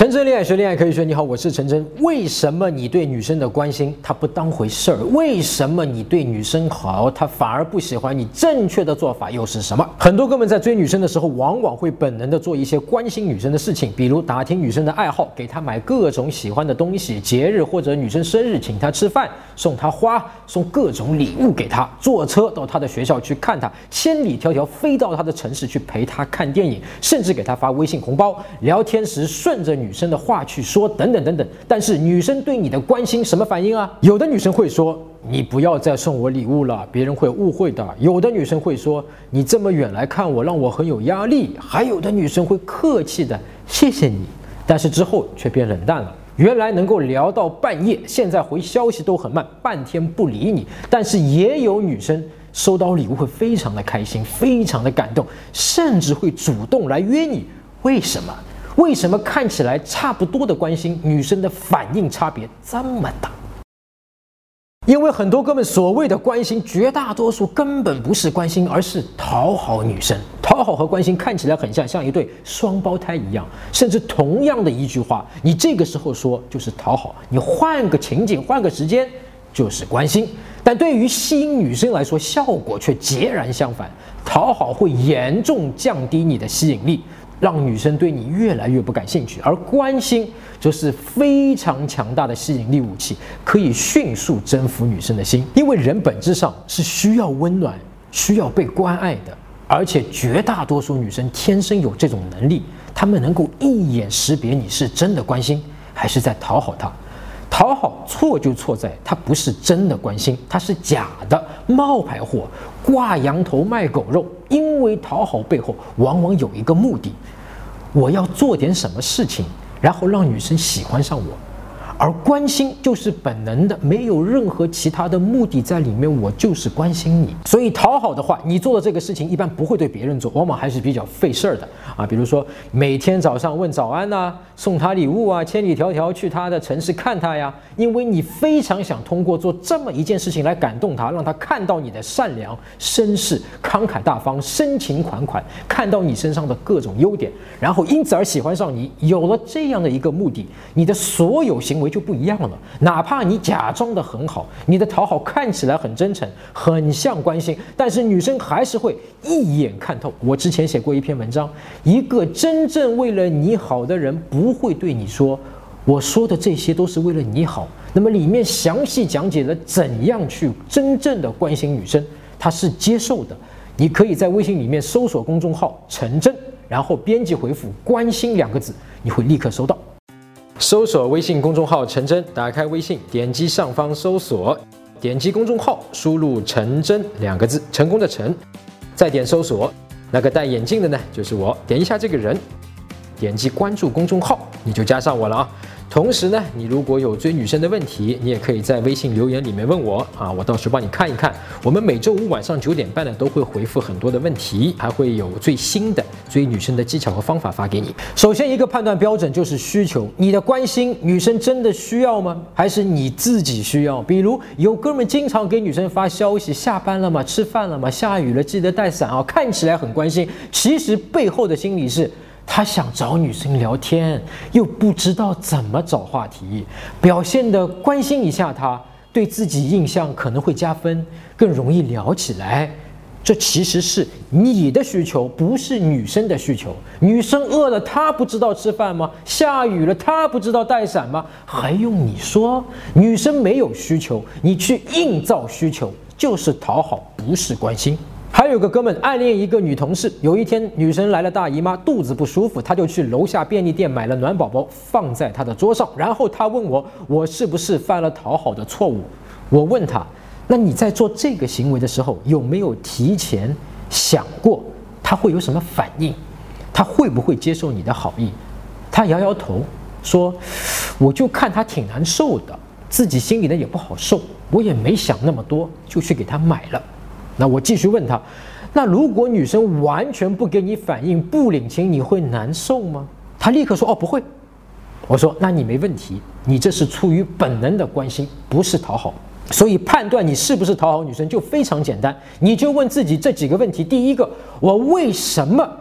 陈真恋爱学，恋爱可以学。你好，我是陈真。为什么你对女生的关心她不当回事儿？为什么你对女生好，她反而不喜欢你？正确的做法又是什么？很多哥们在追女生的时候，往往会本能的做一些关心女生的事情，比如打听女生的爱好，给她买各种喜欢的东西，节日或者女生生日请她吃饭，送她花，送各种礼物给她，坐车到她的学校去看她，千里迢迢飞到她的城市去陪她看电影，甚至给她发微信红包，聊天时顺着女生的话去说，等等等等。但是女生对你的关心什么反应啊？有的女生会说，你不要再送我礼物了，别人会误会的。有的女生会说，你这么远来看我，让我很有压力。还有的女生会客气的谢谢你，但是之后却变冷淡了。原来能够聊到半夜，现在回消息都很慢，半天不理你。但是也有女生收到礼物会非常的开心，非常的感动，甚至会主动来约你。为什么？为什么看起来差不多的关心，女生的反应差别这么大？因为很多哥们所谓的关心，绝大多数根本不是关心，而是讨好女生。讨好和关心看起来很像一对双胞胎一样，甚至同样的一句话，你这个时候说就是讨好，你换个情景，换个时间就是关心。但对于吸引女生来说，效果却截然相反。讨好会严重降低你的吸引力，让女生对你越来越不感兴趣，而关心则是非常强大的吸引力武器，可以迅速征服女生的心。因为人本质上是需要温暖、需要被关爱的，而且绝大多数女生天生有这种能力，她们能够一眼识别你是真的关心，还是在讨好她。讨好错就错在它不是真的关心，它是假的冒牌货，挂羊头卖狗肉。因为讨好背后往往有一个目的，我要做点什么事情，然后让女生喜欢上我。而关心就是本能的，没有任何其他的目的在里面，我就是关心你。所以讨好的话，你做的这个事情一般不会对别人做，往往还是比较费事儿的啊。比如说每天早上问早安呐，送他礼物啊，千里迢迢去他的城市看他呀，因为你非常想通过做这么一件事情来感动他，让他看到你的善良、绅士、慷慨大方、深情款款，看到你身上的各种优点，然后因此而喜欢上你。有了这样的一个目的，你的所有行为就不一样了。哪怕你假装的很好，你的讨好看起来很真诚，很像关心，但是女生还是会一眼看透。我之前写过一篇文章，一个真正为了你好的人不会对你说我说的这些都是为了你好，那么里面详细讲解了怎样去真正的关心女生，她是接受的。你可以在微信里面搜索公众号陈真，然后编辑回复关心2个字，你会立刻收到。搜索微信公众号陈真，打开微信，点击上方搜索，点击公众号，输入陈真2个字，成功的陈，再点搜索，那个戴眼镜的呢就是我，点一下这个人，点击关注公众号，你就加上我了啊。同时呢，你如果有追女生的问题，你也可以在微信留言里面问我啊，我到时候帮你看一看。我们每周5晚上9点半呢都会回复很多的问题，还会有最新的追女生的技巧和方法发给你。首先一个判断标准就是需求，你的关心女生真的需要吗？还是你自己需要？比如有哥们经常给女生发消息，下班了吗？吃饭了吗？下雨了记得带伞啊，看起来很关心，其实背后的心理是他想找女生聊天，又不知道怎么找话题，表现的关心一下她，对自己印象可能会加分，更容易聊起来。这其实是你的需求，不是女生的需求。女生饿了，她不知道吃饭吗？下雨了，她不知道带伞吗？还用你说？女生没有需求，你去硬造需求，就是讨好，不是关心。还有个哥们暗恋一个女同事，有一天女生来了大姨妈，肚子不舒服，他就去楼下便利店买了暖宝宝放在她的桌上，然后他问我是不是犯了讨好的错误。我问他，那你在做这个行为的时候有没有提前想过他会有什么反应，他会不会接受你的好意？他摇摇头说，我就看他挺难受的，自己心里呢也不好受，我也没想那么多，就去给他买了。那我继续问他，那如果女生完全不给你反应，不领情，你会难受吗？他立刻说，哦，不会。我说，那你没问题，你这是出于本能的关心，不是讨好。所以判断你是不是讨好女生就非常简单，你就问自己这几个问题。第一个，我为什么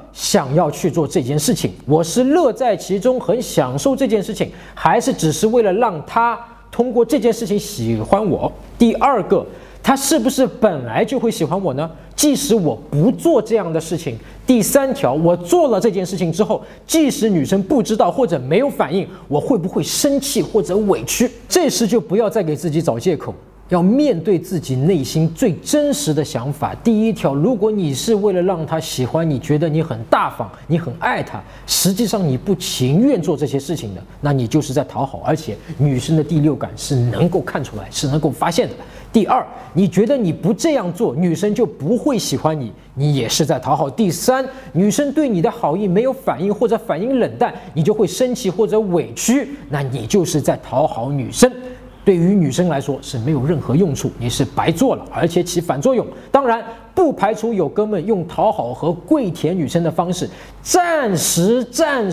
想要去做这件事情？我是乐在其中，很享受这件事情，还是只是为了让他通过这件事情喜欢我？第二个，他是不是本来就会喜欢我呢？即使我不做这样的事情。第三条，我做了这件事情之后，即使女生不知道或者没有反应，我会不会生气或者委屈？这时就不要再给自己找借口，要面对自己内心最真实的想法。第一条，如果你是为了让他喜欢你，觉得你很大方，你很爱他，实际上你不情愿做这些事情的，那你就是在讨好，而且女生的第六感是能够看出来，是能够发现的。第二，你觉得你不这样做，女生就不会喜欢你，你也是在讨好。第三，女生对你的好意没有反应或者反应冷淡，你就会生气或者委屈，那你就是在讨好女生。对于女生来说是没有任何用处，你是白做了，而且起反作用。当然，不排除有哥们用讨好和跪舔女生的方式，暂时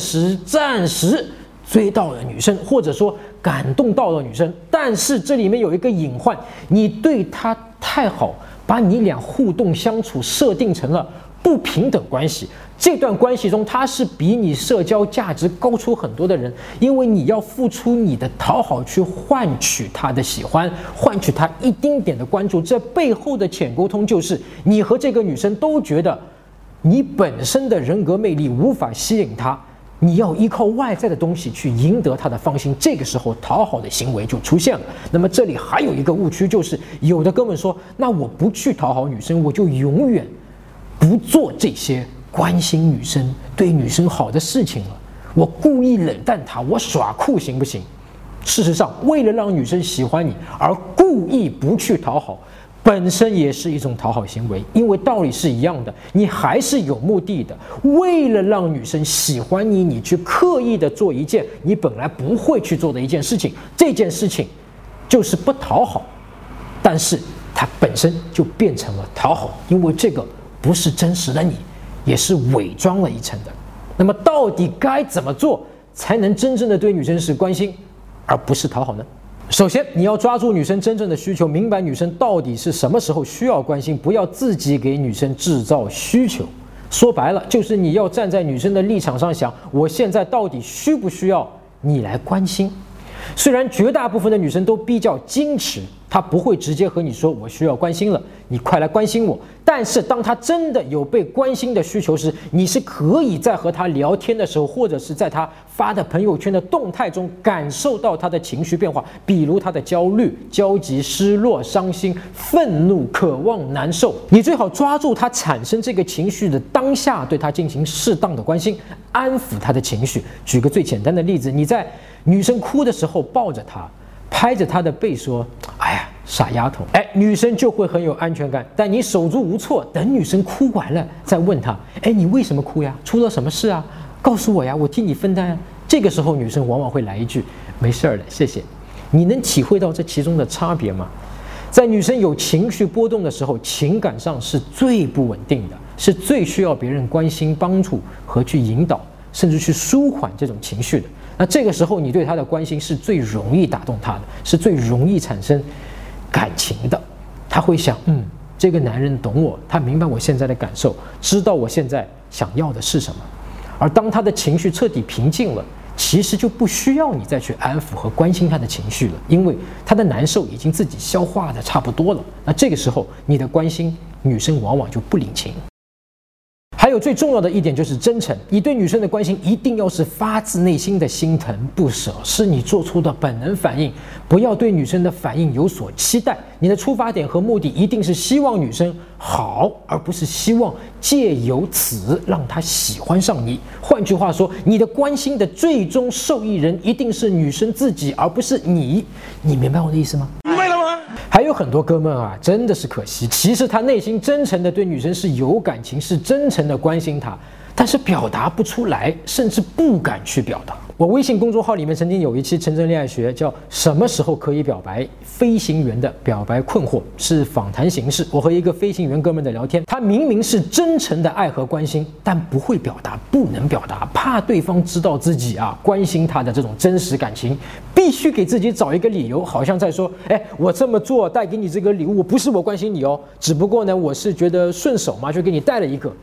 追到了女生，或者说感动到了女生。但是这里面有一个隐患，你对她太好，把你俩互动相处设定成了不平等关系。这段关系中，他是比你社交价值高出很多的人，因为你要付出你的讨好去换取他的喜欢，换取他一丁点的关注。这背后的浅沟通就是，你和这个女生都觉得你本身的人格魅力无法吸引她，你要依靠外在的东西去赢得她的芳心。这个时候，讨好的行为就出现了。那么这里还有一个误区，就是有的哥们说，那我不去讨好女生，我就永远不做这些关心女生、对女生好的事情了，我故意冷淡她，我耍酷行不行？事实上，为了让女生喜欢你而故意不去讨好，本身也是一种讨好行为，因为道理是一样的，你还是有目的的。为了让女生喜欢你，你去刻意的做一件你本来不会去做的一件事情，这件事情就是不讨好，但是它本身就变成了讨好，因为这个不是真实的你，也是伪装了一层的。那么到底该怎么做才能真正的对女生是关心而不是讨好呢？首先，你要抓住女生真正的需求，明白女生到底是什么时候需要关心，不要自己给女生制造需求。说白了，就是你要站在女生的立场上想，我现在到底需不需要你来关心？虽然绝大部分的女生都比较矜持，她不会直接和你说我需要关心了，你快来关心我。但是当她真的有被关心的需求时，你是可以在和她聊天的时候，或者是在她发的朋友圈的动态中感受到她的情绪变化，比如她的焦虑、焦急、失落、伤心、愤怒、渴望、难受。你最好抓住她产生这个情绪的当下，对她进行适当的关心，安抚她的情绪。举个最简单的例子，你在女生哭的时候抱着她，拍着她的背说，哎呀，傻丫头，女生就会很有安全感。但你手足无措，等女生哭完了再问她，你为什么哭呀？出了什么事啊？告诉我呀，我替你分担啊。这个时候女生往往会来一句，没事的，谢谢。你能体会到这其中的差别吗？在女生有情绪波动的时候，情感上是最不稳定的，是最需要别人关心、帮助和去引导，甚至去舒缓这种情绪的。那这个时候你对她的关心是最容易打动她的，是最容易产生感情的。她会想，这个男人懂我，他明白我现在的感受，知道我现在想要的是什么。而当她的情绪彻底平静了，其实就不需要你再去安抚和关心她的情绪了，因为她的难受已经自己消化的差不多了。那这个时候你的关心，女生往往就不领情。还有最重要的一点就是真诚，你对女生的关心一定要是发自内心的心疼不舍，是你做出的本能反应，不要对女生的反应有所期待。你的出发点和目的一定是希望女生好，而不是希望借由此让她喜欢上你。换句话说，你的关心的最终受益人一定是女生自己，而不是你。你明白我的意思吗？还有很多哥们啊，真的是可惜，其实他内心真诚的对女生是有感情，是真诚的关心她，但是表达不出来，甚至不敢去表达。我微信公众号里面曾经有一期陈真恋爱学，叫什么时候可以表白，飞行员的表白困惑，是访谈形式。我和一个飞行员哥们的聊天，他明明是真诚的爱和关心，但不会表达，不能表达，怕对方知道自己关心他的这种真实感情，必须给自己找一个理由，好像在说，我这么做带给你这个礼物，不是我关心你哦，只不过呢，我是觉得顺手嘛，就给你带了一个。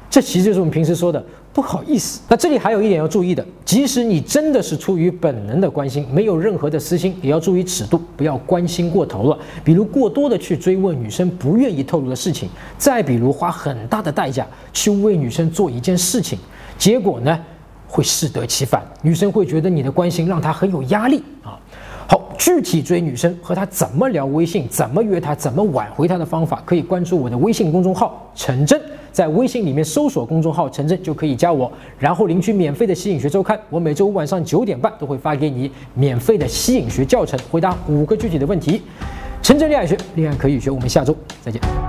这其实就是我们平时说的不好意思。那这里还有一点要注意的，即使你真的是出于本能的关心，没有任何的私心，也要注意尺度，不要关心过头了。比如过多的去追问女生不愿意透露的事情，再比如花很大的代价去为女生做一件事情，结果呢会适得其反，女生会觉得你的关心让她很有压力啊。好，具体追女生和她怎么聊微信，怎么约她，怎么挽回她的方法，可以关注我的微信公众号陈真，在微信里面搜索公众号陈真就可以加我，然后领取免费的吸引学周刊。我每周五晚上9点半都会发给你免费的吸引学教程，回答5个具体的问题。陈真恋爱学，恋爱可以学，我们下周再见。